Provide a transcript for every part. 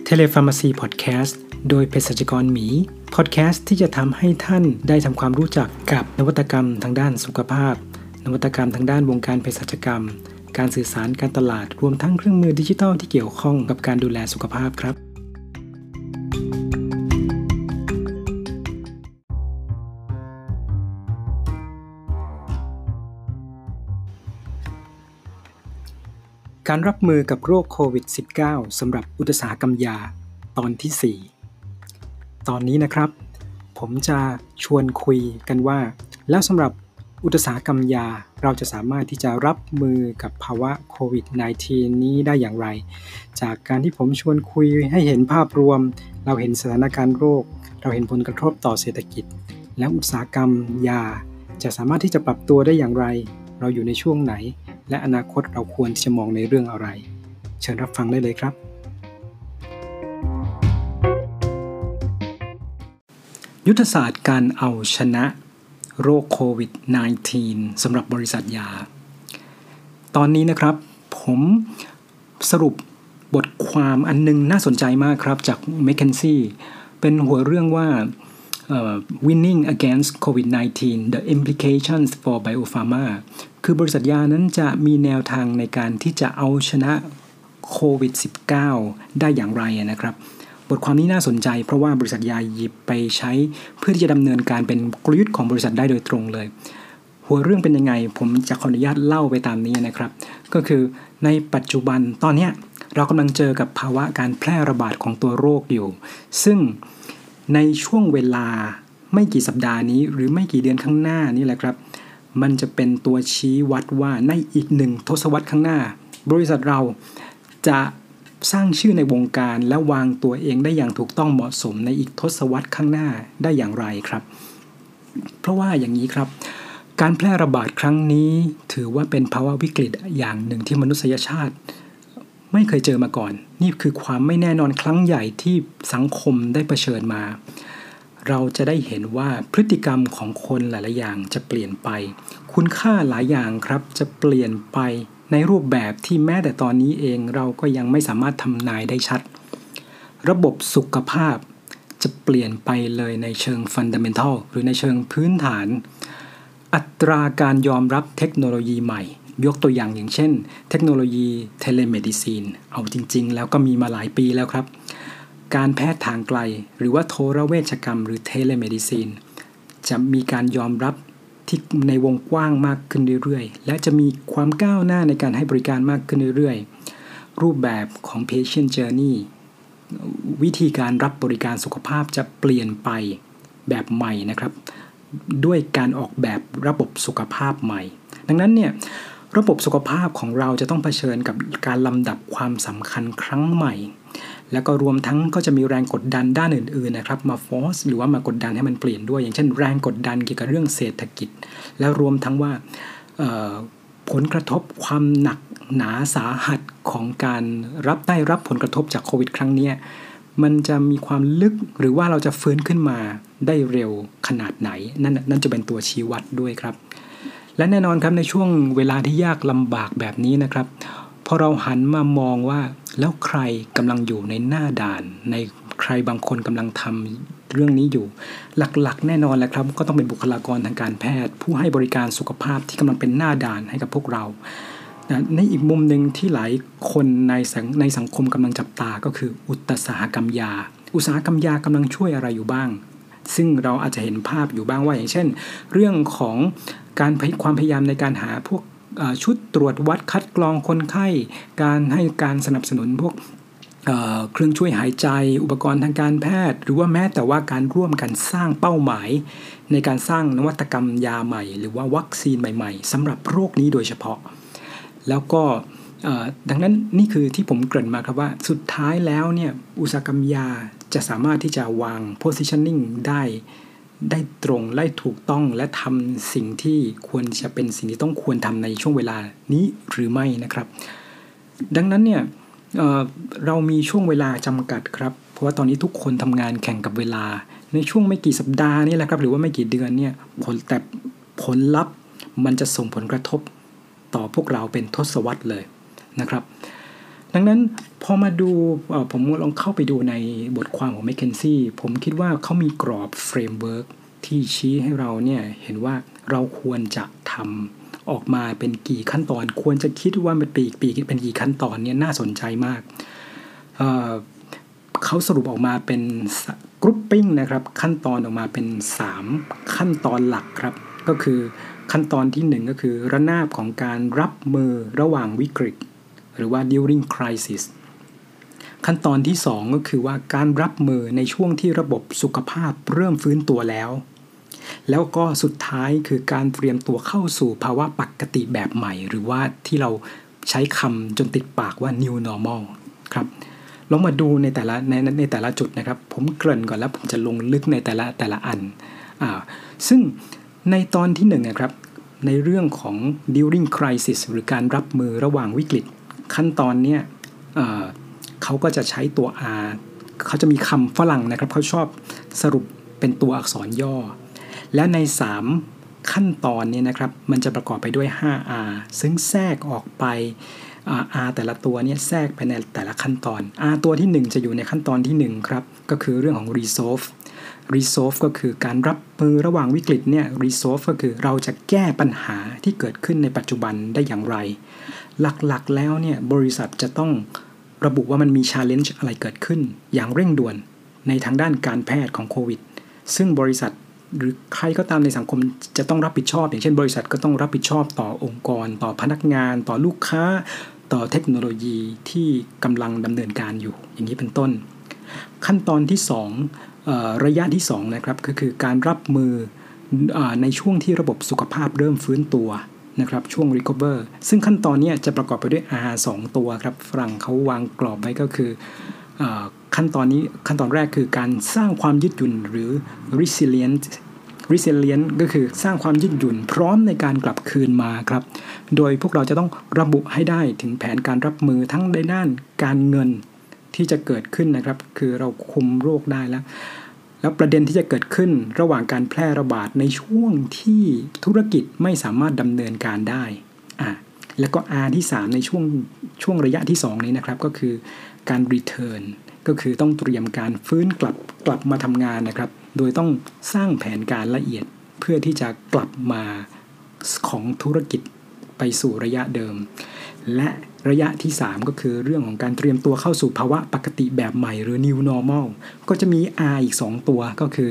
Telepharmacy Podcast โดยเภสัชกรหมี Podcast ที่จะทำให้ท่านได้ทำความรู้จักกับนวัตกรรมทางด้านสุขภาพนวัตกรรมทางด้านวงการเภสัชกรรมการสื่อสารการตลาดรวมทั้งเครื่องมือดิจิทัลที่เกี่ยวข้องกับการดูแลสุขภาพครับการรับมือกับโรคโควิด -19 สำหรับอุตสาหกรรมยาตอนที่ 4 ตอนนี้นะครับผมจะชวนคุยกันว่าแล้วสำหรับอุตสาหกรรมยาเราจะสามารถที่จะรับมือกับภาวะโควิด -19 นี้ได้อย่างไรจากการที่ผมชวนคุยให้เห็นภาพรวมเราเห็นสถานการณ์โรคเราเห็นผลกระทบต่อเศรษฐกิจและอุตสาหกรรมยาจะสามารถที่จะปรับตัวได้อย่างไรเราอยู่ในช่วงไหนและอนาคตเราควรที่จะมองในเรื่องอะไรเชิญรับฟังได้เลยครับยุทธศาสตร์การเอาชนะโรคโควิด -19 สำหรับบริษัทยาตอนนี้นะครับผมสรุปบทความอันนึงน่าสนใจมากครับจาก McKinsey เป็นหัวเรื่องว่าWinning Against COVID-19 The Implications for Biopharma คือบริษัทยานั้นจะมีแนวทางในการที่จะเอาชนะโควิด -19 ได้อย่างไรนะครับบทความนี้น่าสนใจเพราะว่าบริษัทยาหยิบไปใช้เพื่อที่จะดำเนินการเป็นกลยุทธ์ของบริษัทได้โดยตรงเลยหัวเรื่องเป็นยังไงผมจะขออนุญาตเล่าไปตามนี้นะครับก็คือในปัจจุบันตอนนี้เรากำลังเจอกับภาวะการแพร่ระบาดของตัวโรคอยู่ซึ่งในช่วงเวลาไม่กี่สัปดาห์นี้หรือไม่กี่เดือนข้างหน้านี่แหละครับมันจะเป็นตัวชี้วัดว่าในอีก1 ทศวรรษข้างหน้าบริษัทเราจะสร้างชื่อในวงการและวางตัวเองได้อย่างถูกต้องเหมาะสมในอีกทศวรรษข้างหน้าได้อย่างไรครับเพราะว่าอย่างนี้ครับการแพร่ระบาดครั้งนี้ถือว่าเป็นภาวะวิกฤตอย่างหนึ่งที่มนุษยชาติไม่เคยเจอมาก่อนนี่คือความไม่แน่นอนครั้งใหญ่ที่สังคมได้เผชิญมาเราจะได้เห็นว่าพฤติกรรมของคนหลายๆอย่างจะเปลี่ยนไปคุณค่าหลายอย่างครับจะเปลี่ยนไปในรูปแบบที่แม้แต่ตอนนี้เองเราก็ยังไม่สามารถทำนายได้ชัดระบบสุขภาพจะเปลี่ยนไปเลยในเชิงฟันดาเมนทัลหรือในเชิงพื้นฐานอัตราการยอมรับเทคโนโลยีใหม่ยกตัวอย่างเช่นเทคโนโลยีเทเลเมดิซีนเอาจริงๆแล้วก็มีมาหลายปีแล้วครับการแพทย์ทางไกลหรือว่าโทรเวชกรรมหรือเทเลเมดิซีนจะมีการยอมรับที่ในวงกว้างมากขึ้นเรื่อยๆและจะมีความก้าวหน้าในการให้บริการมากขึ้นเรื่อยๆรูปแบบของ patient journey วิธีการรับบริการสุขภาพจะเปลี่ยนไปแบบใหม่นะครับด้วยการออกแบบระบบสุขภาพใหม่ดังนั้นเนี่ยระบบสุขภาพของเราจะต้องเผชิญกับการลำดับความสำคัญครั้งใหม่แล้วก็รวมทั้งก็จะมีแรงกดดันด้านอื่นๆนะครับมาฟอร์สหรือว่ามากดดันให้มันเปลี่ยนด้วยอย่างเช่นแรงกดดันเกี่ยวกับเรื่องเศรษฐกิจแล้วรวมทั้งว่าผลกระทบความหนักหนาสาหัสของการได้รับผลกระทบจากโควิดครั้งนี้มันจะมีความลึกหรือว่าเราจะฟื้นขึ้นมาได้เร็วขนาดไหนนั่นจะเป็นตัวชี้วัดด้วยครับและแน่นอนครับในช่วงเวลาที่ยากลำบากแบบนี้นะครับพอเราหันมามองว่าแล้วใครกำลังอยู่ในหน้าด่านในใครบางคนกำลังทำเรื่องนี้อยู่หลักๆแน่นอนแหละครับก็ต้องเป็นบุคลากรทางการแพทย์ผู้ให้บริการสุขภาพที่กำลังเป็นหน้าด่านให้กับพวกเราในอีกมุมหนึ่งที่หลายคนในสังคมกำลังจับตาก็คืออุตสาหกรรมยาอุตสาหกรรมยากำลังช่วยอะไรอยู่บ้างซึ่งเราอาจจะเห็นภาพอยู่บ้างว่าอย่างเช่นเรื่องของความพยายามในการหาพวกชุดตรวจวัดคัดกรองคนไข้การให้การสนับสนุนพวกเครื่องช่วยหายใจอุปกรณ์ทางการแพทย์หรือว่าแม้แต่ว่าการร่วมกันสร้างเป้าหมายในการสร้างนวัตกรรมยาใหม่หรือว่าวัคซีนใหม่ๆสำหรับโรคนี้โดยเฉพาะแล้วก็ดังนั้นนี่คือที่ผมเกริ่นมาครับว่าสุดท้ายแล้วเนี่ยอุตสาหกรรมยาจะสามารถที่จะวาง positioning ได้ตรงและถูกต้องและทำสิ่งที่ควรจะเป็นสิ่งที่ต้องควรทำในช่วงเวลานี้หรือไม่นะครับดังนั้นเนี่ยเรามีช่วงเวลาจำกัดครับเพราะว่าตอนนี้ทุกคนทำงานแข่งกับเวลาในช่วงไม่กี่สัปดาห์นี่แหละครับหรือว่าไม่กี่เดือนเนี่ยผลลัพธ์มันจะส่งผลกระทบต่อพวกเราเป็นทศวรรษเลยนะครับดังนั้นพอมาดูผมลองเข้าไปดูในบทความของ McKinsey ผมคิดว่าเขามีกรอบเฟรมเวิร์กที่ชี้ให้เราเนี่ยเห็นว่าเราควรจะทำออกมาเป็นกี่ขั้นตอนควรจะคิดว่ามันเป็นกี่ขั้นตอนเนี่ยน่าสนใจมากเขาสรุปออกมาเป็นกรุ๊ปปิ้งนะครับขั้นตอนออกมาเป็น3ขั้นตอนหลักครับก็คือขั้นตอนที่1ก็คือระนาบของการรับมือระหว่างวิกฤตหรือว่า during crisis ขั้นตอนที่2ก็คือว่าการรับมือในช่วงที่ระบบสุขภาพเริ่มฟื้นตัวแล้วก็สุดท้ายคือการเตรียมตัวเข้าสู่ภาวะปกติแบบใหม่หรือว่าที่เราใช้คำจนติดปากว่า new normal ครับลองมาดูในแต่ละจุดนะครับผมเกริ่นก่อนแล้วผมจะลงลึกในแต่ละอันซึ่งในตอนที่1นะครับในเรื่องของ during crisis หรือการรับมือระหว่างวิกฤตขั้นตอนเนี้ยเขาก็จะใช้ตัว R เขาจะมีคำฝรั่งนะครับเขาชอบสรุปเป็นตัวอักษรย่อและใน3ขั้นตอนนี้นะครับมันจะประกอบไปด้วย 5R ซึ่งแทรกออกไปR แต่ละตัวเนี่ยแทรกไปในแต่ละขั้นตอน R ตัวที่1จะอยู่ในขั้นตอนที่1ครับก็คือเรื่องของ resolve ก็คือการรับมือระหว่างวิกฤตเนี่ย resolve ก็คือเราจะแก้ปัญหาที่เกิดขึ้นในปัจจุบันได้อย่างไรหลักๆแล้วเนี่ยบริษัทจะต้องระบุว่ามันมี challenge อะไรเกิดขึ้นอย่างเร่งด่วนในทางด้านการแพทย์ของโควิดซึ่งบริษัทหรือใครก็ตามในสังคมจะต้องรับผิดชอบอย่างเช่นบริษัทก็ต้องรับผิดชอบต่อองค์กรต่อพนักงานต่อลูกค้าต่อเทคโนโลยีที่กำลังดำเนินการอยู่อย่างนี้เป็นต้นขั้นตอนที่2ระยะที่2นะครับก็คือการรับมือในช่วงที่ระบบสุขภาพเริ่มฟื้นตัวนะครับช่วง recover ซึ่งขั้นตอนนี้จะประกอบไปด้วย R 2ตัวครับฝรั่งเขาวางกรอบไว้ก็คือขั้นตอนแรกคือการสร้างความยืดหยุ่นหรือ resilient ก็คือสร้างความยืดหยุ่นพร้อมในการกลับคืนมาครับโดยพวกเราจะต้องระบุให้ได้ถึงแผนการรับมือทั้งในด้านการเงินที่จะเกิดขึ้นนะครับคือเราคุมโรคได้แล้วประเด็นที่จะเกิดขึ้นระหว่างการแพร่ระบาดในช่วงที่ธุรกิจไม่สามารถดำเนินการได้แล้วก็ R ที่3ในช่วงระยะที่2นี้นะครับก็คือการ return ก็คือต้องเตรียมการฟื้นกลับมาทำงานนะครับโดยต้องสร้างแผนการละเอียดเพื่อที่จะกลับมาของธุรกิจไปสู่ระยะเดิมและระยะที่3ก็คือเรื่องของการเตรียมตัวเข้าสู่ภาวะปกติแบบใหม่หรือ new normal ก็จะมี R อีก2ตัวก็คือ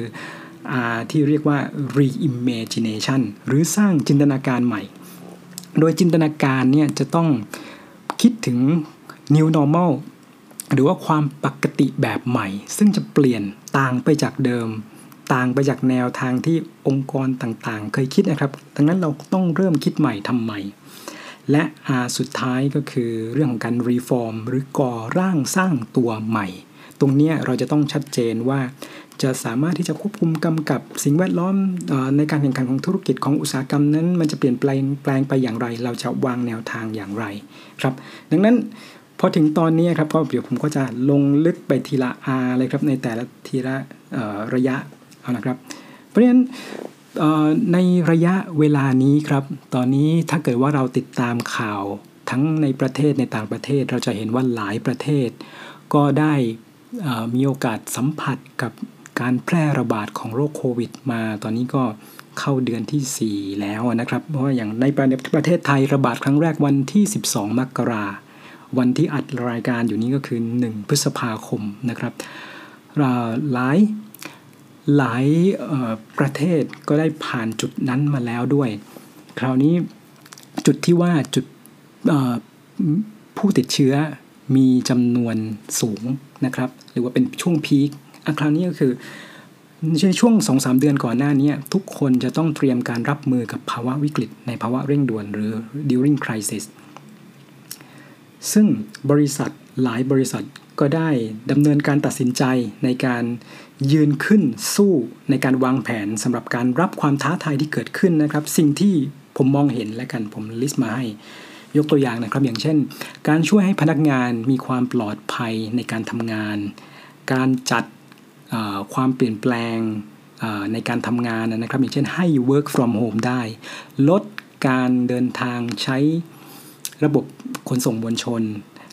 R ที่เรียกว่า reimagination หรือสร้างจินตนาการใหม่โดยจินตนาการเนี่ยจะต้องคิดถึง new normal หรือว่าความปกติแบบใหม่ซึ่งจะเปลี่ยนต่างไปจากเดิมต่างไปจากแนวทางที่องค์กรต่างๆเคยคิดนะครับดังนั้นเราต้องเริ่มคิดใหม่ทำใหม่และสุดท้ายก็คือเรื่องของการ reform หรือก่อร่างสร้างตัวใหม่ตรงนี้เราจะต้องชัดเจนว่าจะสามารถที่จะควบคุมกำกับสิ่งแวดล้อมในการแข่งขันของธุรกิจของอุตสาหกรรมนั้นมันจะเปลี่ยนแปลงไปอย่างไรเราจะวางแนวทางอย่างไรครับดังนั้นพอถึงตอนนี้ครับก็เดี๋ยวผมก็จะลงลึกไปทีละ R เลยครับในแต่ละทีละระยะเอานะครับเพราะฉะนั้นในระยะเวลานี้ครับตอนนี้ถ้าเกิดว่าเราติดตามข่าวทั้งในประเทศในต่างประเทศเราจะเห็นว่าหลายประเทศก็ได้มีโอกาสสัมผัสกับการแพร่ระบาดของโรคโควิดมาตอนนี้ก็เข้าเดือนที่4แล้วนะครับเพราะว่าอย่างในประเทศไทยระบาดครั้งแรกวันที่12มกราคมวันที่อัดรายการอยู่นี้ก็คือ1พฤษภาคมนะครับหลายประเทศก็ได้ผ่านจุดนั้นมาแล้วด้วยคราวนี้จุดที่ว่าจุดผู้ติดเชื้อมีจำนวนสูงนะครับหรือว่าเป็นช่วงพีคคราวนี้ก็คือในช่วง 2-3 เดือนก่อนหน้านี้ทุกคนจะต้องเตรียมการรับมือกับภาวะวิกฤตในภาวะเร่งด่วนหรือ during crisis ซึ่งหลายบริษัทก็ได้ดำเนินการตัดสินใจในการยืนขึ้นสู้ในการวางแผนสำหรับการรับความท้าทายที่เกิดขึ้นนะครับสิ่งที่ผมมองเห็นและกันผมลิสต์มาให้ยกตัวอย่างนะครับอย่างเช่นการช่วยให้พนักงานมีความปลอดภัยในการทำงานการจัดความเปลี่ยนแปลงในการทำงานนะครับอย่างเช่นให้ work from home ได้ลดการเดินทางใช้ระบบขนส่งมวลชน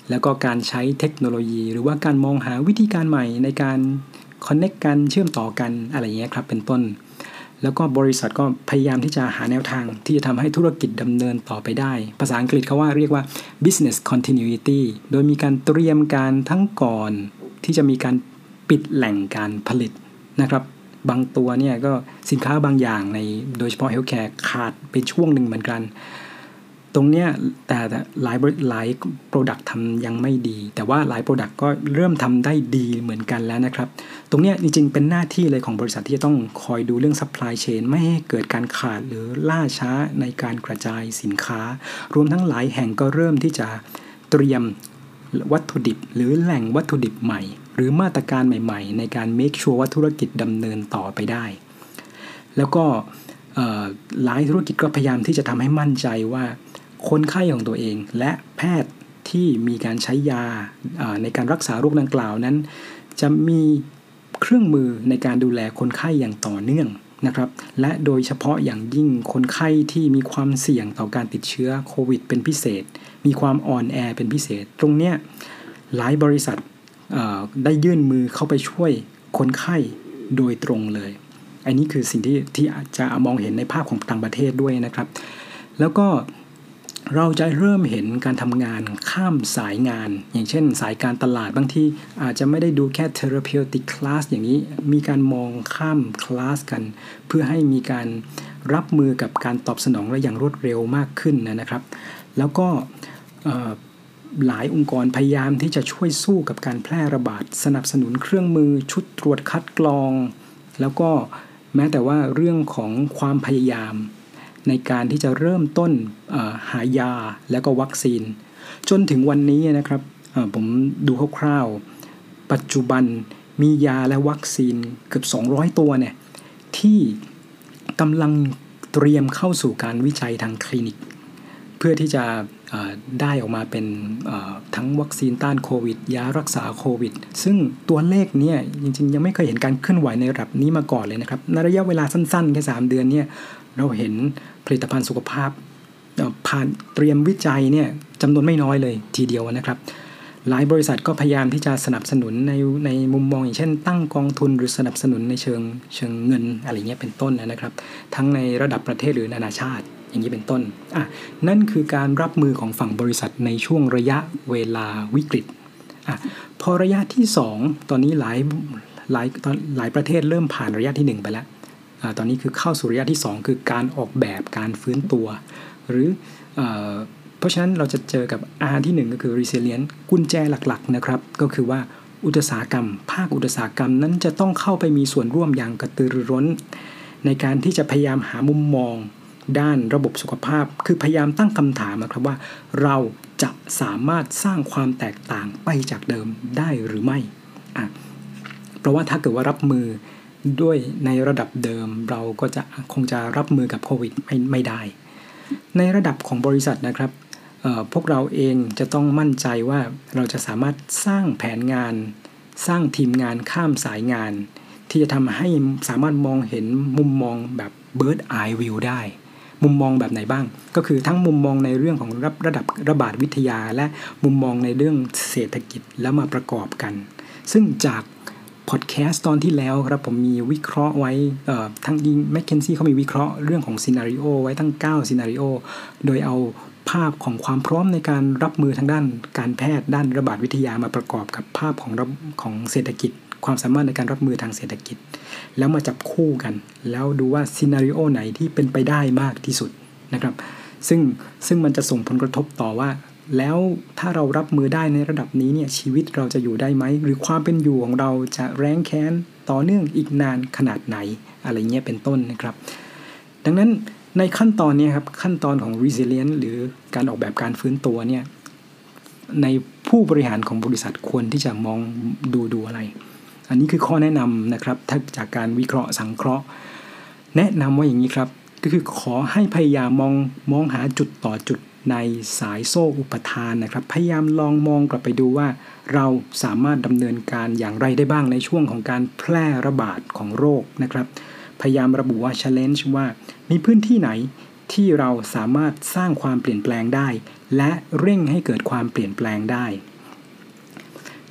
แล้วก็การใช้เทคโนโลยีหรือว่าการมองหาวิธีการใหม่ในการคอนเนคกันเชื่อมต่อกันอะไรอย่างเงี้ยครับเป็นต้นแล้วก็บริษัทก็พยายามที่จะหาแนวทางที่จะทำให้ธุรกิจดำเนินต่อไปได้ภาษาอังกฤษเขาว่าเรียกว่า business continuity โดยมีการเตรียมการทั้งก่อนที่จะมีการปิดแหล่งการผลิตนะครับบางตัวเนี่ยก็สินค้าบางอย่างในโดยเฉพาะ healthcare ขาดเป็นช่วงหนึ่งเหมือนกันตรงเนี้ยแต่หลาย product ทำยังไม่ดีแต่ว่าหลาย product ก็เริ่มทำได้ดีเหมือนกันแล้วนะครับตรงเนี้ยจริงๆเป็นหน้าที่เลยของบริษัทที่จะต้องคอยดูเรื่อง supply chain ไม่ให้เกิดการขาดหรือล่าช้าในการกระจายสินค้ารวมทั้งหลายแห่งก็เริ่มที่จะเตรียมวัตถุดิบหรือแหล่งวัตถุดิบใหม่หรือมาตรการใหม่ๆในการ make sure ว่าธุรกิจดำเนินต่อไปได้แล้วก็หลายธุรกิจก็พยายามที่จะทำให้มั่นใจว่าคนไข้ของตัวเองและแพทย์ที่มีการใช้ยาในการรักษาโรคดังกล่าวนั้นจะมีเครื่องมือในการดูแลคนไข้อย่างต่อเนื่องนะครับและโดยเฉพาะอย่างยิ่งคนไข้ที่มีความเสี่ยงต่อการติดเชื้อโควิดเป็นพิเศษมีความอ่อนแอเป็นพิเศษตรงเนี้ยหลายบริษัทได้ยื่นมือเข้าไปช่วยคนไข้โดยตรงเลยอันนี้คือสิ่งที่อาจจะมองเห็นในภาพของต่างประเทศด้วยนะครับแล้วก็เราจะเริ่มเห็นการทำงานข้ามสายงานอย่างเช่นสายการตลาดบางทีอาจจะไม่ได้ดูแค่ therapeutic class อย่างนี้มีการมองข้ามคลาสกันเพื่อให้มีการรับมือกับการตอบสนองและอย่างรวดเร็วมากขึ้นนะครับแล้วก็หลายองค์กรพยายามที่จะช่วยสู้กับการแพร่ระบาดสนับสนุนเครื่องมือชุดตรวจคัดกรองแล้วก็แม้แต่ว่าเรื่องของความพยายามในการที่จะเริ่มต้นหายาแล้วก็วัคซีนจนถึงวันนี้นะครับผมดูคร่าวๆปัจจุบันมียาและวัคซีนเกือบ200ตัวเนี่ยที่กำลังเตรียมเข้าสู่การวิจัยทางคลินิกเพื่อที่จะได้ออกมาเป็นทั้งวัคซีนต้านโควิดยารักษาโควิดซึ่งตัวเลขเนี่ยจริงๆยังไม่เคยเห็นการเคลื่อนไหวในระดับนี้มาก่อนเลยนะครับในระยะเวลาสั้นๆแค่3เดือนเนี่ยเราเห็นผลิตภัณฑ์สุขภาพผ่านเตรียมวิจัยเนี่ยจำนวนไม่น้อยเลยทีเดียวนะครับหลายบริษัทก็พยายามที่จะสนับสนุนในมุมมองอย่างเช่นตั้งกองทุนหรือสนับสนุนในเชิงเงินอะไรเงี้ยเป็นต้นนะครับทั้งในระดับประเทศหรือนานาชาติอย่างนี้เป็นต้นนั่นคือการรับมือของฝั่งบริษัทในช่วงระยะเวลาวิกฤตพอระยะที่2ตอนนี้หลายประเทศเริ่มผ่านระยะที่1ไปแล้วตอนนี้คือเข้าสู่ระยะที่2คือการออกแบบการฟื้นตัวหรือเพราะฉะนั้นเราจะเจอกับ R ที่1ก็คือ Resilience กุญแจหลักๆนะครับก็คือว่าอุตสาหกรรมภาคอุตสาหกรรมนั้นจะต้องเข้าไปมีส่วนร่วมอย่างกระตือรือร้นในการที่จะพยายามหามุมมองด้านระบบสุขภาพคือพยายามตั้งคำถามนะครับว่าเราจะสามารถสร้างความแตกต่างไปจากเดิมได้หรือไม่เพราะว่าถ้าเกิดว่ารับมือด้วยในระดับเดิมเราก็จะคงจะรับมือกับโควิดไม่ได้ในระดับของบริษัทนะครับพวกเราเองจะต้องมั่นใจว่าเราจะสามารถสร้างแผนงานสร้างทีมงานข้ามสายงานที่จะทำให้สามารถมองเห็นมุมมองแบบ bird eye view ได้มุมมองแบบไหนบ้างก็คือทั้งมุมมองในเรื่องของระดับระบาดวิทยาและมุมมองในเรื่องเศรษฐกิจแล้วมาประกอบกันซึ่งจากพอดแคสต์ตอนที่แล้วครับผมมีวิเคราะห์ไว้ทั้งยิงแมคเคนซี่เขามีวิเคราะห์เรื่องของซีนาริโอไว้ทั้ง9ซีนาริโอโดยเอาภาพของความพร้อมในการรับมือทางด้านการแพทย์ด้านระบาดวิทยามาประกอบกับภาพของเศรษฐกิจความสามารถในการรับมือทางเศรษฐกิจแล้วมาจับคู่กันแล้วดูว่าซีนาริโอไหนที่เป็นไปได้มากที่สุดนะครับซึ่งมันจะส่งผลกระทบต่อว่าแล้วถ้าเรารับมือได้ในระดับนี้เนี่ยชีวิตเราจะอยู่ได้ไหมหรือความเป็นอยู่ของเราจะแร้งแค้นต่อเนื่องอีกนานขนาดไหนอะไรเงี้ยเป็นต้นนะครับดังนั้นในขั้นตอนนี้ครับขั้นตอนของ resilience หรือการออกแบบการฟื้นตัวเนี่ยในผู้บริหารของบริษัทควรที่จะมองดูอะไรอันนี้คือข้อแนะนำนะครับถ้าจากการวิเคราะห์สังเคราะห์แนะนำว่าอย่างนี้ครับก็คือขอให้พยายามมองหาจุดต่อจุดในสายโซ่อุปทานนะครับพยายามลองมองกลับไปดูว่าเราสามารถดำเนินการอย่างไรได้บ้างในช่วงของการแพร่ระบาดของโรคนะครับพยายามระบุว่า challenge ว่ามีพื้นที่ไหนที่เราสามารถสร้างความเปลี่ยนแปลงได้และเร่งให้เกิดความเปลี่ยนแปลงได้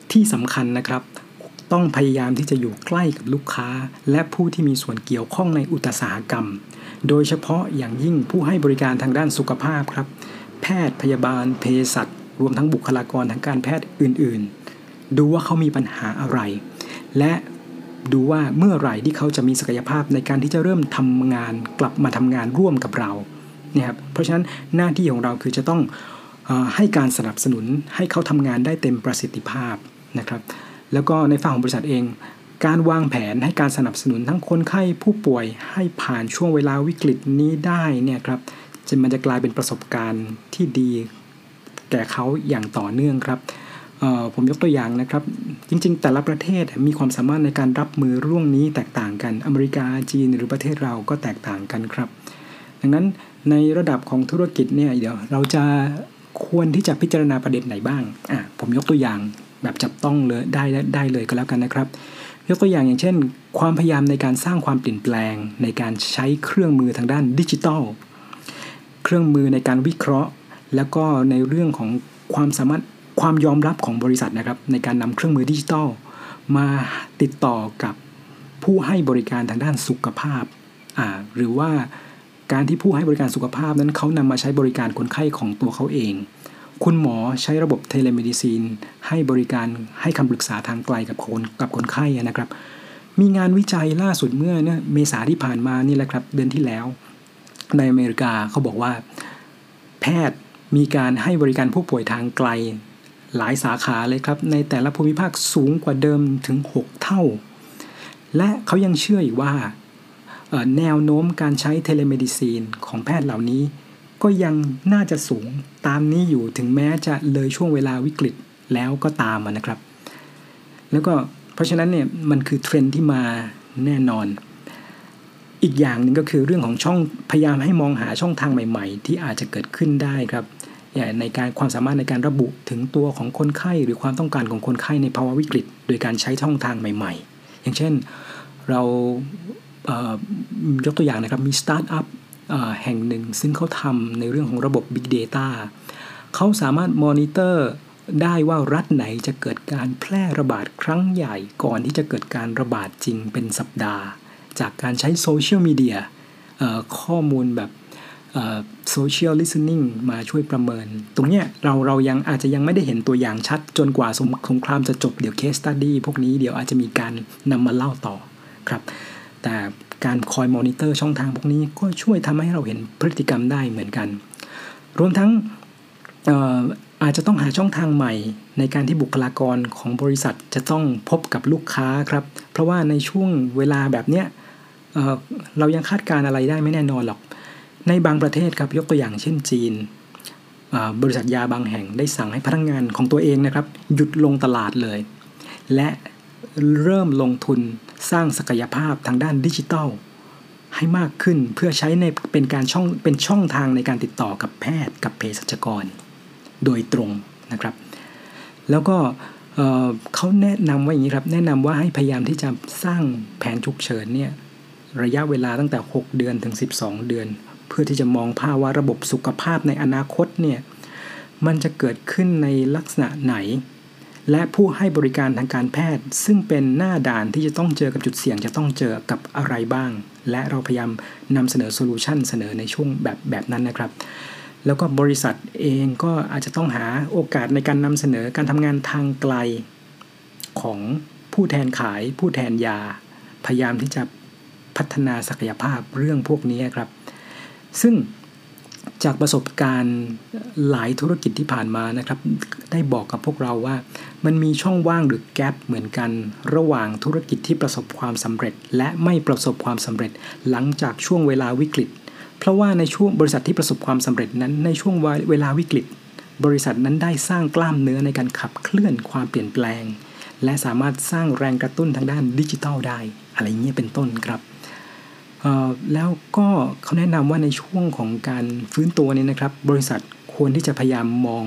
ที่สำคัญนะครับต้องพยายามที่จะอยู่ใกล้กับลูกค้าและผู้ที่มีส่วนเกี่ยวข้องในอุตสาหกรรมโดยเฉพาะอย่างยิ่งผู้ให้บริการทางด้านสุขภาพครับแพทย์พยาบาลเภสัชรวมทั้งบุคลากรทางการแพทย์อื่นๆดูว่าเขามีปัญหาอะไรและดูว่าเมื่อไหร่ที่เขาจะมีศักยภาพในการที่จะเริ่มทำงานกลับมาทำงานร่วมกับเราเนี่ยครับเพราะฉะนั้นหน้าที่ของเราคือจะต้องให้การสนับสนุนให้เขาทำงานได้เต็มประสิทธิภาพนะครับแล้วก็ในฝั่งของบริษัทเองการวางแผนให้การสนับสนุนทั้งคนไข้ผู้ป่วยให้ผ่านช่วงเวลาวิกฤตนี้ได้เนี่ยครับมันจะกลายเป็นประสบการณ์ที่ดีแก่เขาอย่างต่อเนื่องครับผมยกตัวอย่างนะครับจริงๆแต่ละประเทศมีความสามารถในการรับมือเรื่องนี้แตกต่างกันอเมริกาจีนหรือประเทศเราก็แตกต่างกันครับดังนั้นในระดับของธุรกิจเนี่ยเดี๋ยวเราจะควรที่จะพิจารณาประเด็นไหนบ้างผมยกตัวอย่างแบบจับต้องเลยได้เลยก็แล้วกันนะครับยกตัวอย่างเช่นความพยายามในการสร้างความเปลี่ยนแปลงในการใช้เครื่องมือทางด้านดิจิทัลเครื่องมือในการวิเคราะห์แล้วก็ในเรื่องของความยอมรับของบริษัทนะครับในการนำเครื่องมือดิจิทัลมาติดต่อกับผู้ให้บริการทางด้านสุขภาพหรือว่าการที่ผู้ให้บริการสุขภาพนั้นเขานำมาใช้บริการคนไข้ของตัวเขาเองคุณหมอใช้ระบบเทเลเมดิซีนให้บริการให้คำปรึกษาทางไกลกับคนไข้นะครับมีงานวิจัยล่าสุดเมื่อเมษาที่ผ่านมานี่แหละครับเดือนที่แล้วในอเมริกาเขาบอกว่าแพทย์มีการให้บริการผู้ป่วยทางไกลหลายสาขาเลยครับในแต่ละภูมิภาคสูงกว่าเดิมถึง6เท่าและเขายังเชื่ออีกว่าแนวโน้มการใช้เทเลเมดิซีนของแพทย์เหล่านี้ก็ยังน่าจะสูงตามนี้อยู่ถึงแม้จะเลยช่วงเวลาวิกฤตแล้วก็ตามนะครับแล้วก็เพราะฉะนั้นเนี่ยมันคือเทรนด์ที่มาแน่นอนอีกอย่างหนึ่งก็คือเรื่องของพยายามให้มองหาช่องทางใหม่ๆที่อาจจะเกิดขึ้นได้ครับในการความสามารถในการระบุถึงตัวของคนไข้หรือความต้องการของคนไข้ในภาวะวิกฤตโดยการใช้ช่องทางใหม่ๆอย่างเช่นเรายกตัวอย่างนะครับมีสตาร์ทอัพแห่งหนึ่งซึ่งเขาทำในเรื่องของระบบ Big Data เขาสามารถมอนิเตอร์ได้ว่ารัฐไหนจะเกิดการแพร่ระบาดครั้งใหญ่ก่อนที่จะเกิดการระบาดจริงเป็นสัปดาห์จากการใช้โซเชียลมีเดียข้อมูลแบบโซเชียลลิสติ้งมาช่วยประเมินตรงเนี้ยเรายังอาจจะยังไม่ได้เห็นตัวอย่างชัดจนกว่าสงครามจะจบเดี๋ยวเคสสตัดดี้พวกนี้เดี๋ยวอาจจะมีการนำมาเล่าต่อครับแต่การคอยมอนิเตอร์ช่องทางพวกนี้ก็ช่วยทำให้เราเห็นพฤติกรรมได้เหมือนกันรวมทั้งอาจจะต้องหาช่องทางใหม่ในการที่บุคลากรของบริษัทจะต้องพบกับลูกค้าครับเพราะว่าในช่วงเวลาแบบเนี้ยเรายังคาดการอะไรได้ไม่แน่นอนหรอกในบางประเทศครับยกตัวอย่างเช่นจีนบริษัทยาบางแห่งได้สั่งให้พนักงานของตัวเองนะครับหยุดลงตลาดเลยและเริ่มลงทุนสร้างศักยภาพทางด้านดิจิทัลให้มากขึ้นเพื่อใช้เป็นช่องทางในการติดต่อกับแพทย์กับเภสัชกรโดยตรงนะครับแล้วก็เขาแนะนำว่าอย่างนี้ครับแนะนำว่าให้พยายามที่จะสร้างแผนฉุกเฉินเนี่ยระยะเวลาตั้งแต่6เดือนถึง12เดือนเพื่อที่จะมองภาพว่าระบบสุขภาพในอนาคตเนี่ยมันจะเกิดขึ้นในลักษณะไหนและผู้ให้บริการทางการแพทย์ซึ่งเป็นหน้าด่านที่จะต้องเจอกับจุดเสี่ยงจะต้องเจอกับอะไรบ้างและเราพยายามนำเสนอโซลูชันเสนอในช่วงแบบนั้นนะครับแล้วก็บริษัทเองก็อาจจะต้องหาโอกาสในการนำเสนอการทำงานทางไกลของผู้แทนขายผู้แทนยาพยายามที่จะพัฒนาศักยภาพเรื่องพวกนี้ครับซึ่งจากประสบการณ์หลายธุรกิจที่ผ่านมานะครับได้บอกกับพวกเราว่ามันมีช่องว่างหรือแกปเหมือนกันระหว่างธุรกิจที่ประสบความสำเร็จและไม่ประสบความสำเร็จหลังจากช่วงเวลาวิกฤตเพราะว่าในช่วงบริษัทที่ประสบความสำเร็จนั้นในช่วงเวลาวิกฤตบริษัทนั้นได้สร้างกล้ามเนื้อในการขับเคลื่อนความเปลี่ยนแปลงและสามารถสร้างแรงกระตุ้นทางด้านดิจิทัลได้อะไรเงี้ยเป็นต้นครับแล้วก็เขาแนะนำว่าในช่วงของการฟื้นตัวนี้นะครับบริษัทควรที่จะพยายามมอง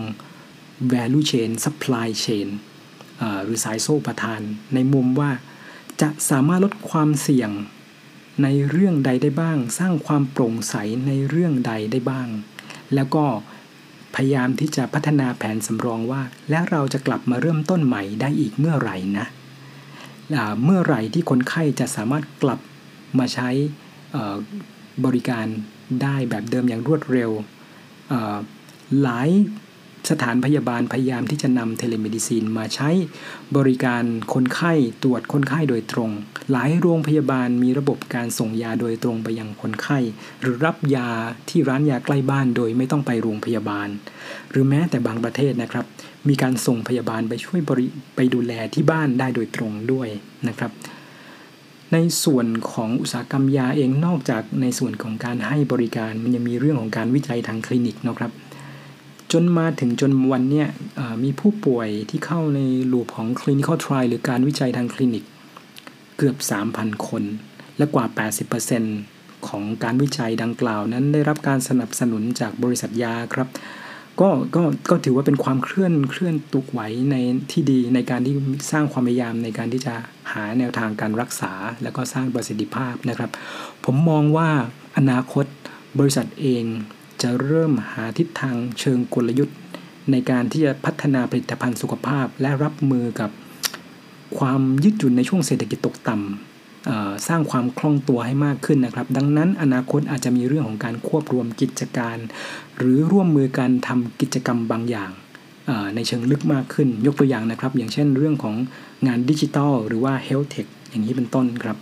value chain supply chain หรือสายโซ่ประทานในมุมว่าจะสามารถลดความเสี่ยงในเรื่องใดได้บ้างสร้างความโปร่งใสในเรื่องใดได้บ้างแล้วก็พยายามที่จะพัฒนาแผนสำรองว่าแล้วเราจะกลับมาเริ่มต้นใหม่ได้อีกเมื่อไหร่นะเมื่อไหร่ที่คนไข้จะสามารถกลับมาใช้บริการได้แบบเดิมอย่างรวดเร็วหลายสถานพยาบาลพยายามที่จะนำเทเลเมดิซีนมาใช้บริการคนไข้ตรวจคนไข้โดยตรงหลายโรงพยาบาลมีระบบการส่งยาโดยตรงไปยังคนไข้หรือรับยาที่ร้านยาใกล้บ้านโดยไม่ต้องไปโรงพยาบาลหรือแม้แต่บางประเทศนะครับมีการส่งพยาบาลไปช่วยไปดูแลที่บ้านได้โดยตรงด้วยนะครับในส่วนของอุตสาหกรรมยาเองนอกจากในส่วนของการให้บริการมันยังมีเรื่องของการวิจัยทางคลินิกนะครับจนมาถึงจนวันเนี้ยมีผู้ป่วยที่เข้าในลูปของ clinical trial หรือการวิจัยทางคลินิกเกือบ 3,000 คนและกว่า 80% ของการวิจัยดังกล่าวนั้นได้รับการสนับสนุนจากบริษัทยาครับก็ถือว่าเป็นความเคลื่อนตุกไหวในที่ดีในการที่สร้างความพยายามในการที่จะหาแนวทางการรักษาและก็สร้างประสิทธิภาพนะครับผมมองว่าอนาคตบริษัทเองจะเริ่มหาทิศทางเชิงกลยุทธ์ในการที่จะพัฒนาผลิตภัณฑ์สุขภาพและรับมือกับความยืดหยุ่นในช่วงเศรษฐกิจตกต่ำสร้างความคล่องตัวให้มากขึ้นนะครับดังนั้นอนาคตอาจจะมีเรื่องของการควบรวมกิจการหรือร่วมมือกันทำกิจกรรมบางอย่างในเชิงลึกมากขึ้นยกตัวอย่างนะครับอย่างเช่นเรื่องของงานดิจิทัลหรือว่า Health Tech อย่างนี้เป็นต้นครับ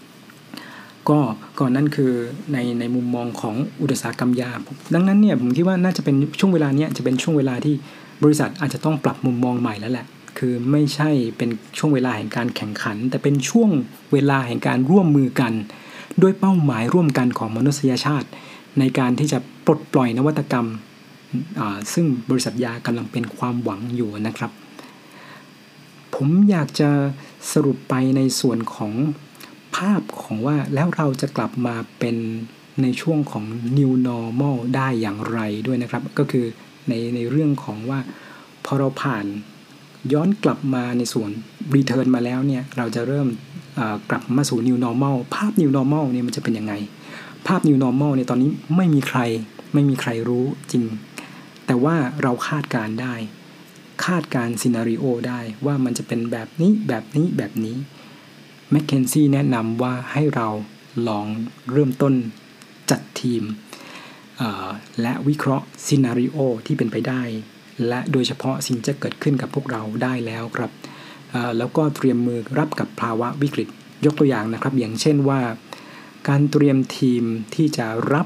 ก็นั่นคือในมุมมองของอุตสาหกรรมยาดังนั้นเนี่ยผมคิดว่าน่าจะเป็นช่วงเวลานี้จะเป็นช่วงเวลาที่บริษัทอาจจะต้องปรับมุมมองใหม่แล้วแหละคือไม่ใช่เป็นช่วงเวลาแห่งการแข่งขันแต่เป็นช่วงเวลาแห่งการร่วมมือกันด้วยเป้าหมายร่วมกันของมนุษยชาติในการที่จะปลดปล่อยนวัตกรรมซึ่งบริษัทยากำลังเป็นความหวังอยู่นะครับผมอยากจะสรุปไปในส่วนของภาพของว่าแล้วเราจะกลับมาเป็นในช่วงของ New Normal ได้อย่างไรด้วยนะครับก็คือในเรื่องของว่าพอเราผ่านย้อนกลับมาในส่วน Return มาแล้วเนี่ยเราจะเริ่มกลับมาสู่ New Normal ภาพ New Normal เนี่ยมันจะเป็นยังไงภาพ New Normal เนี่ยตอนนี้ไม่มีใครรู้จริงแต่ว่าเราคาดการได้คาดการซีนาริโอได้ว่ามันจะเป็นแบบนี้แมคเคนซี่แนะนำว่าให้เราลองเริ่มต้นจัดทีมและวิเคราะห์ซีนาริโอที่เป็นไปได้และโดยเฉพาะสิ่งจะเกิดขึ้นกับพวกเราได้แล้วครับแล้วก็เตรียมมือรับกับภาวะวิกฤตยกตัวอย่างนะครับอย่างเช่นว่าการเตรียมทีมที่จะรับ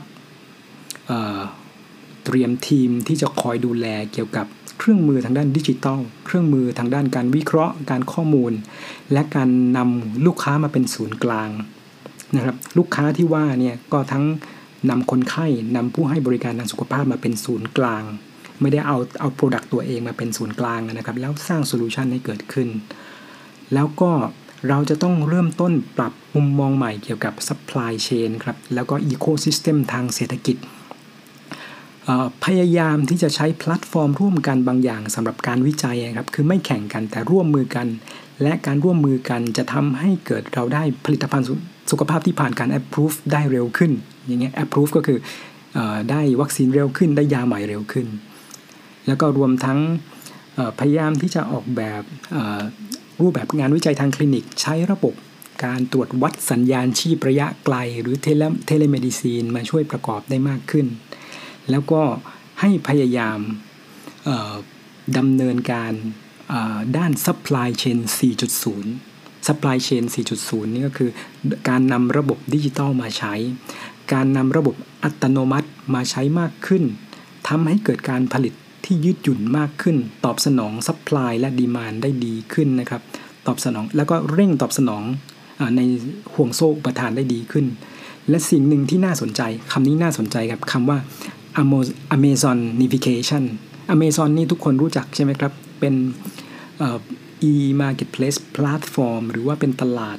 เตรียมทีมที่จะคอยดูแลเกี่ยวกับเครื่องมือทางด้านดิจิทัลเครื่องมือทางด้านการวิเคราะห์การข้อมูลและการนำลูกค้ามาเป็นศูนย์กลางนะครับลูกค้าที่ว่าเนี่ยก็ทั้งนำคนไข้นำผู้ให้บริการทางสุขภาพมาเป็นศูนย์กลางไม่ได้เอาโปรดักต์ตัวเองมาเป็นศูนย์กลางนะครับแล้วสร้างโซลูชันให้เกิดขึ้นแล้วก็เราจะต้องเริ่มต้นปรับมุมมองใหม่เกี่ยวกับ supply chain ครับแล้วก็ ecosystem ทางเศรษฐกิจพยายามที่จะใช้แพลตฟอร์มร่วมกันบางอย่างสำหรับการวิจัยครับคือไม่แข่งกันแต่ร่วมมือกันและการร่วมมือกันจะทำให้เกิดเราได้ผลิตภัณฑ์สุขภาพที่ผ่านการ approve ได้เร็วขึ้นอย่างเงี้ย approve ก็คือได้วัคซีนเร็วขึ้นได้ยาใหม่เร็วขึ้นแล้วก็รวมทั้งพยายามที่จะออกแบบรูปแบบงานวิจัยทางคลินิกใช้ระบบการตรวจวัดสัญญาณชีพระยะไกลหรือเทเลเมดิซีนมาช่วยประกอบได้มากขึ้นแล้วก็ให้พยายามดำเนินการด้าน supply chain 4.0 supply chain 4.0 นี่ก็คือการนำระบบดิจิทัลมาใช้การนำระบบอัตโนมัติมาใช้มากขึ้นทำให้เกิดการผลิตที่ยืดหยุ่นมากขึ้นตอบสนอง supply และ demand ได้ดีขึ้นนะครับตอบสนองแล้วก็เร่งตอบสนองในห่วงโซ่อุปทานได้ดีขึ้นและสิ่งหนึ่งที่น่าสนใจคำนี้น่าสนใจครับคำว่าAmazonification Amazon นี่ทุกคนรู้จักใช่ไหมครับเป็นe-marketplace platform หรือว่าเป็นตลาด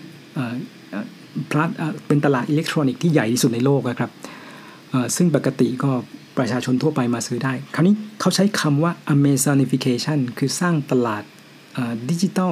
เป็นตลาดอิเล็กทรอนิกส์ที่ใหญ่ที่สุดในโลกนะครับซึ่งปกติก็ประชาชนทั่วไปมาซื้อได้คราวนี้เขาใช้คำว่า Amazonification คือสร้างตลาดดิจิทัล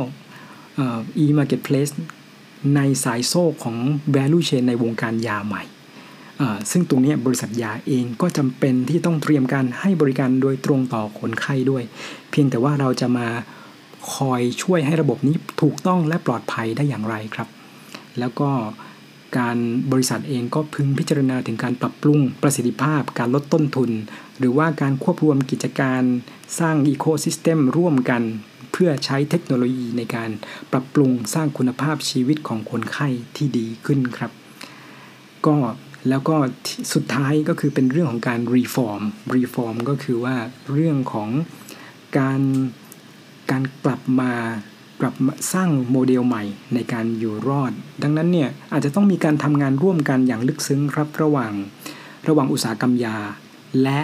e-marketplace ในสายโซ่ของ value chain ในวงการยาใหม่ซึ่งตรงนี้บริษัทยาเองก็จำเป็นที่ต้องเตรียมการให้บริการโดยตรงต่อคนไข้ด้วยเพียงแต่ว่าเราจะมาคอยช่วยให้ระบบนี้ถูกต้องและปลอดภัยได้อย่างไรครับแล้วก็การบริษัทเองก็พึงพิจารณาถึงการปรับปรุงประสิทธิภาพการลดต้นทุนหรือว่าการควบรวมกิจการสร้างอีโคซิสเต็มร่วมกันเพื่อใช้เทคโนโลยีในการปรับปรุงสร้างคุณภาพชีวิตของคนไข้ที่ดีขึ้นครับก็แล้วก็สุดท้ายก็คือเป็นเรื่องของการรีฟอร์มก็คือว่าเรื่องของการกลับมาสร้างโมเดลใหม่ในการอยู่รอดดังนั้นเนี่ยอาจจะต้องมีการทำงานร่วมกันอย่างลึกซึ้งครับระหว่างอุตสาหกรรมยาและ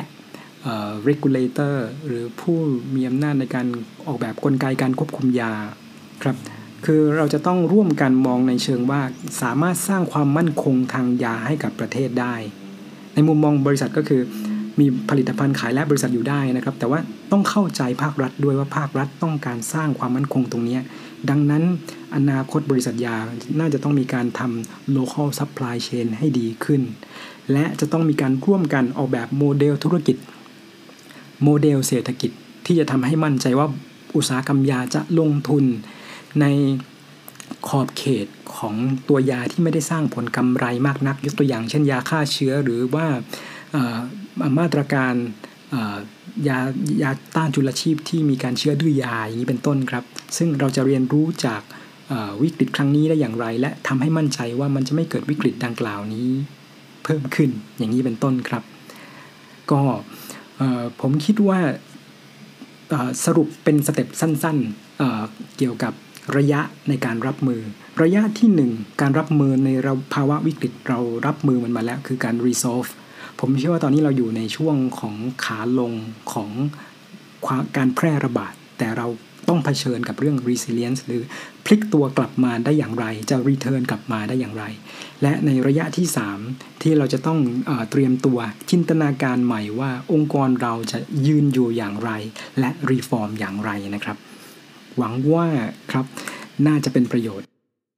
regulator หรือผู้มีอำนาจในการออกแบบกลไกการควบคุมยาครับคือเราจะต้องร่วมกันมองในเชิงว่าสามารถสร้างความมั่นคงทางยาให้กับประเทศได้ในมุมมองบริษัทก็คือมีผลิตภัณฑ์ขายและบริษัทอยู่ได้นะครับแต่ว่าต้องเข้าใจภาครัฐด้วยว่าภาครัฐต้องการสร้างความมั่นคงตรงนี้ดังนั้นอนาคตบริษัทยาน่าจะต้องมีการทำ local supply chain ให้ดีขึ้นและจะต้องมีการร่วมกันออกแบบโมเดลธุรกิจโมเดลเศรษฐกิจที่จะทำให้มั่นใจว่าอุตสาหกรรมยาจะลงทุนในขอบเขตของตัวยาที่ไม่ได้สร้างผลกำไรมากนักยกตัวอย่างเช่นยาฆ่าเชื้อหรือว่ามาตรการยาต้านจุลชีพที่มีการเชื้อดื้อยาอย่างนี้เป็นต้นครับซึ่งเราจะเรียนรู้จากวิกฤตครั้งนี้ได้อย่างไรและทำให้มั่นใจว่ามันจะไม่เกิดวิกฤตดังกล่าวนี้เพิ่มขึ้นอย่างนี้เป็นต้นครับก็ผมคิดว่าสรุปเป็นสเต็ปสั้นๆเกี่ยวกับระยะในการรับมือระยะที่1การรับมือในภาวะวิกฤตเรารับมือมันมาแล้วคือการ resolve ผมเชื่อว่าตอนนี้เราอยู่ในช่วงของขาลงของการแพร่ระบาดแต่เราต้องเผชิญกับเรื่อง resilience หรือพลิกตัวกลับมาได้อย่างไรจะ return กลับมาได้อย่างไรและในระยะที่3ที่เราจะต้องเตรียมตัวจินตนาการใหม่ว่าองค์กรเราจะยืนอยู่อย่างไรและ reform อย่างไรนะครับหวังว่าครับน่าจะเป็นประโยชน์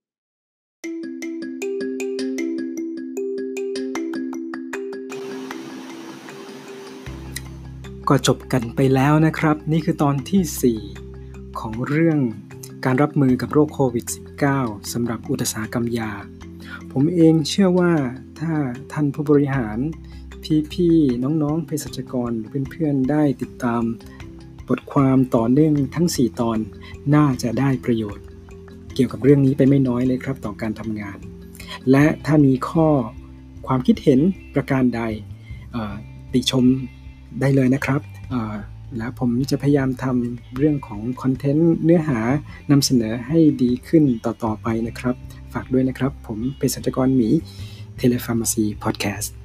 ก็จบกันไปแล้วนะครับนี่คือตอนที่4ของเรื่องการรับมือกับโรคโควิด -19 สำหรับอุตสาหกรรมยาผมเองเชื่อว่าถ้าท่านผู้บริหารพี่ๆน้องๆเภสัชกรหรือเพื่อนๆได้ติดตามบทความต่อเนื่องทั้ง4ตอนน่าจะได้ประโยชน์เกี่ยวกับเรื่องนี้ไปไม่น้อยเลยครับต่อการทำงานและถ้ามีข้อความคิดเห็นประการใดติชมได้เลยนะครับและผมจะพยายามทำเรื่องของคอนเทนต์เนื้อหานำเสนอให้ดีขึ้นต่อไปนะครับฝากด้วยนะครับผมเภสัชกรหมี Telepharmacy Podcast